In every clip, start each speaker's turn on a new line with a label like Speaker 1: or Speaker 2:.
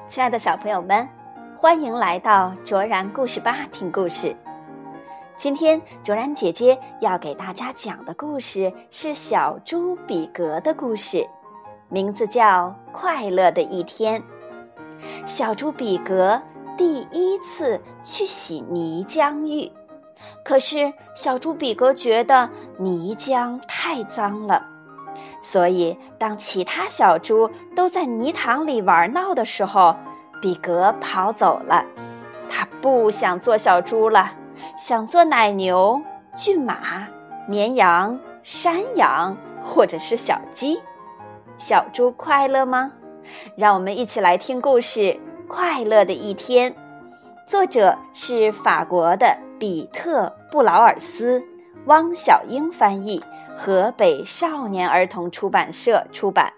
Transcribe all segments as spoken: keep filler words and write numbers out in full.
Speaker 1: 亲爱的小朋友们，欢迎来到卓然故事吧听故事。今天卓然姐姐要给大家讲的故事是小猪比格的故事，名字叫《快乐的一天》。小猪比格第一次去洗泥浆浴，可是小猪比格觉得泥浆太脏了，所以当其他小猪都在泥塘里玩闹的时候，比格跑走了。他不想做小猪了，想做奶牛、骏马、绵羊、山羊或者是小鸡。小猪快乐吗？让我们一起来听故事《快乐的一天》，作者是法国的比特·布劳尔斯，汪小英翻译，河北少年儿童出版社出版。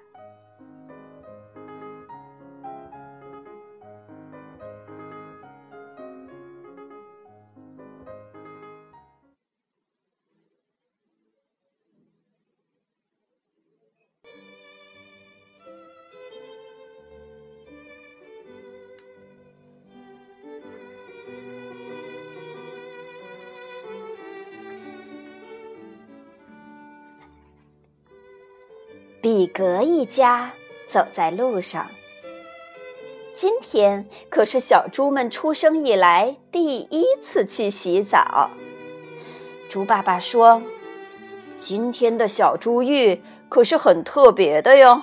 Speaker 1: 比格一家走在路上，今天可是小猪们出生以来第一次去洗澡。猪爸爸说，今天的小猪浴可是很特别的哟。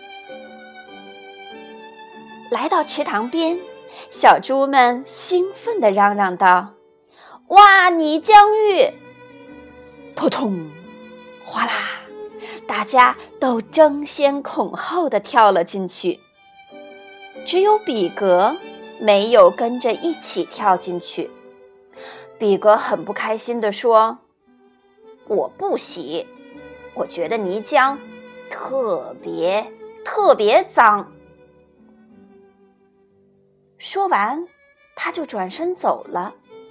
Speaker 1: 来到池塘边，小猪们兴奋地嚷嚷道，哇，泥浆浴！扑通，哗啦，大家都争先恐后地跳了进去，只有比格没有跟着一起跳进去。比格很不开心地说，我不洗，我觉得泥浆特别特别脏。说完，他就转身走了。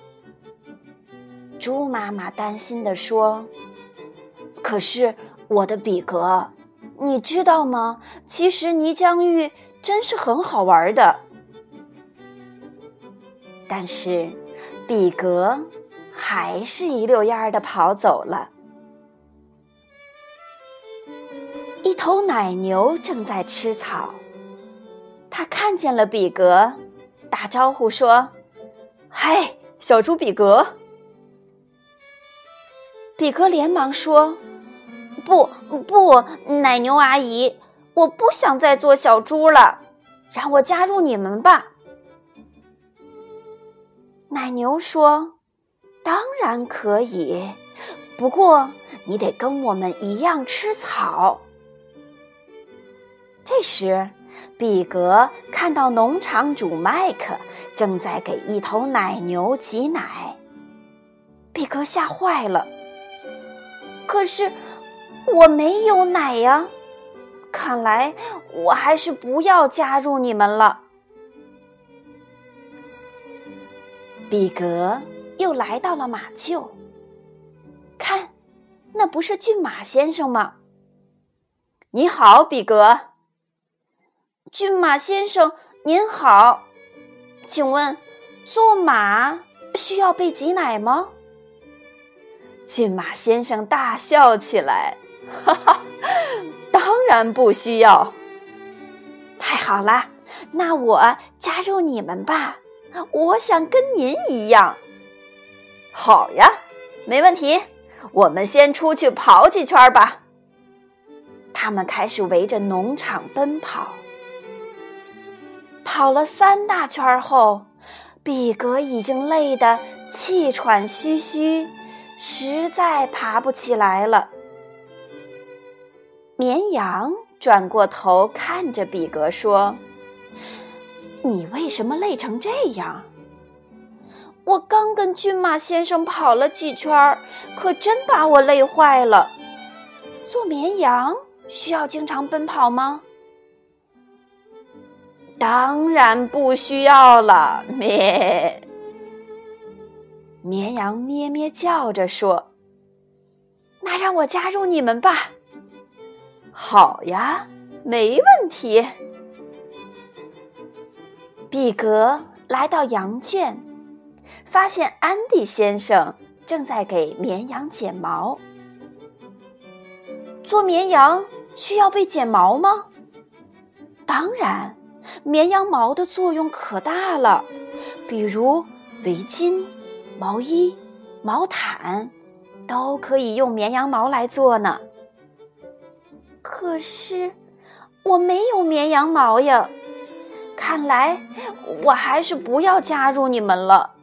Speaker 1: 猪妈妈担心地说，可是我的比格，你知道吗？其实泥浆浴真是很好玩的。但是比格还是一溜烟儿地跑走了。一头奶牛正在吃草，他看见了比格，打招呼说，嗨，小猪比格。比格连忙说，不不，奶牛阿姨，我不想再做小猪了，让我加入你们吧。奶牛说，当然可以，不过你得跟我们一样吃草。这时比格看到农场主麦克正在给一头奶牛挤奶，比格吓坏了，可是我没有奶呀，看来我还是不要加入你们了。比格又来到了马厩，看，那不是骏马先生吗？你好，比格。骏马先生您好，请问做马需要被挤奶吗？骏马先生大笑起来，哈哈，当然不需要。太好了，那我加入你们吧，我想跟您一样。好呀，没问题，我们先出去跑几圈吧。他们开始围着农场奔跑，跑了三大圈后，比格已经累得气喘吁吁，实在爬不起来了。绵羊转过头看着比格说，你为什么累成这样？我刚跟骏马先生跑了几圈，可真把我累坏了。做绵羊需要经常奔跑吗？当然不需要了，咩。绵羊咩咩叫着说，那让我加入你们吧。好呀，没问题。 比格来到羊圈，发现安迪先生正在给绵羊剪毛。做绵羊需要被剪毛吗？当然，绵羊毛的作用可大了，比如围巾、毛衣、毛毯，都可以用绵羊毛来做呢。可是，我没有绵羊毛呀，看来我还是不要加入你们了。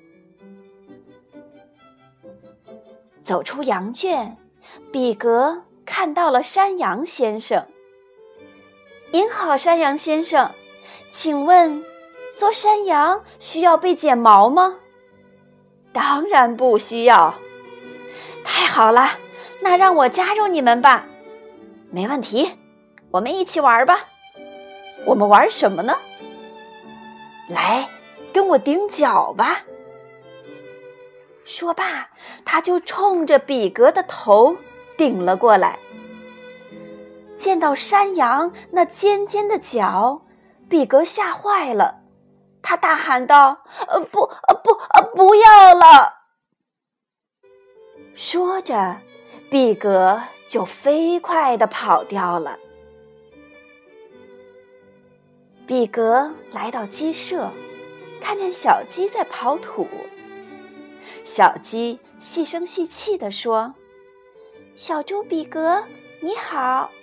Speaker 1: 走出羊圈，比格看到了山羊先生。您好，山羊先生，请问做山羊需要被剪毛吗？当然不需要。太好了，那让我加入你们吧。没问题，我们一起玩吧。我们玩什么呢？来，跟我顶脚吧。说罢，他就冲着比格的头顶了过来。见到山羊那尖尖的角，比格吓坏了，他大喊道：呃不呃不呃不要了！说着，比格就飞快地跑掉了。比格来到鸡舍，看见小鸡在刨土。小鸡细声细气地说：小猪比格，你好。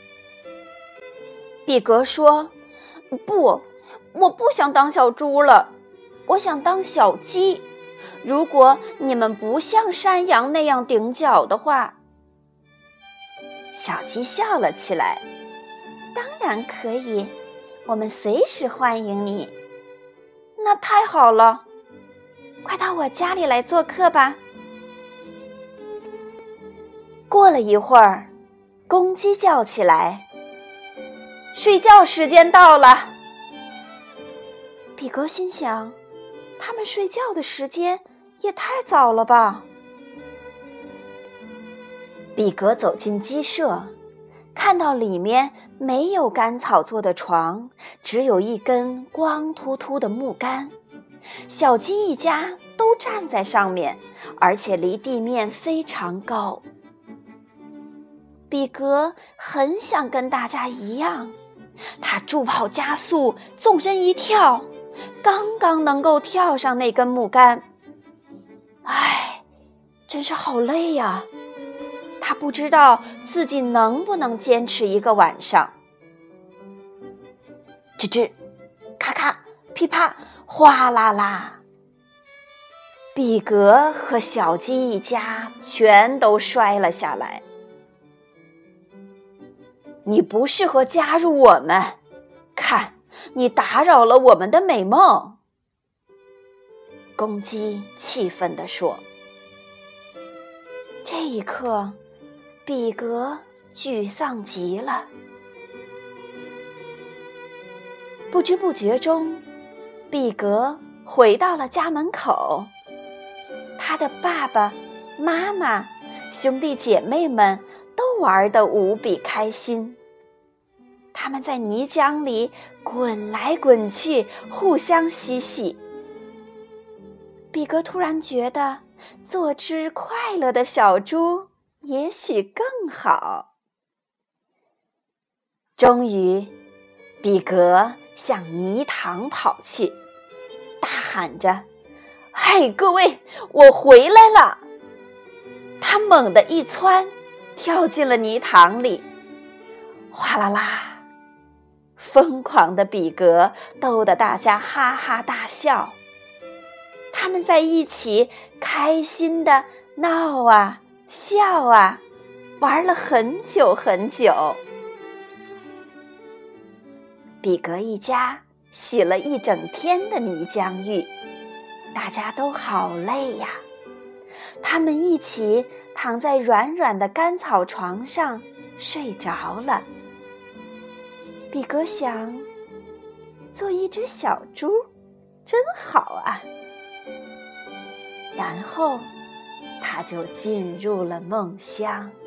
Speaker 1: 比格说：不，我不想当小猪了，我想当小鸡。如果你们不像山羊那样顶脚的话。小鸡笑了起来：当然可以，我们随时欢迎你。那太好了，快到我家里来做客吧。过了一会儿，公鸡叫起来：睡觉时间到了。比格心想，他们睡觉的时间也太早了吧。比格走进鸡舍，看到里面没有干草做的床，只有一根光秃秃的木杆。小鸡一家都站在上面，而且离地面非常高。比格很想跟大家一样，他助跑加速，纵身一跳，刚刚能够跳上那根木杆。唉，真是好累呀！他不知道自己能不能坚持一个晚上。吱吱，咔咔，噼啪，哗啦啦，比格和小鸡一家全都摔了下来。你不适合加入我们，看，你打扰了我们的美梦。公鸡气愤地说。这一刻，比格沮丧极了。不知不觉中，比格回到了家门口。他的爸爸妈妈、兄弟姐妹们都玩得无比开心。他们在泥浆里滚来滚去，互相嬉戏。比格突然觉得做只快乐的小猪也许更好。终于，比格向泥塘跑去，大喊着：嘿，各位，我回来了！他猛地一窜，跳进了泥塘里。哗啦啦，疯狂的比格逗得大家哈哈大笑。他们在一起开心地闹啊笑啊，玩了很久很久。比格一家洗了一整天的泥浆浴，大家都好累呀。他们一起躺在软软的干草床上睡着了。比格想，做一只小猪真好啊。然后他就进入了梦乡。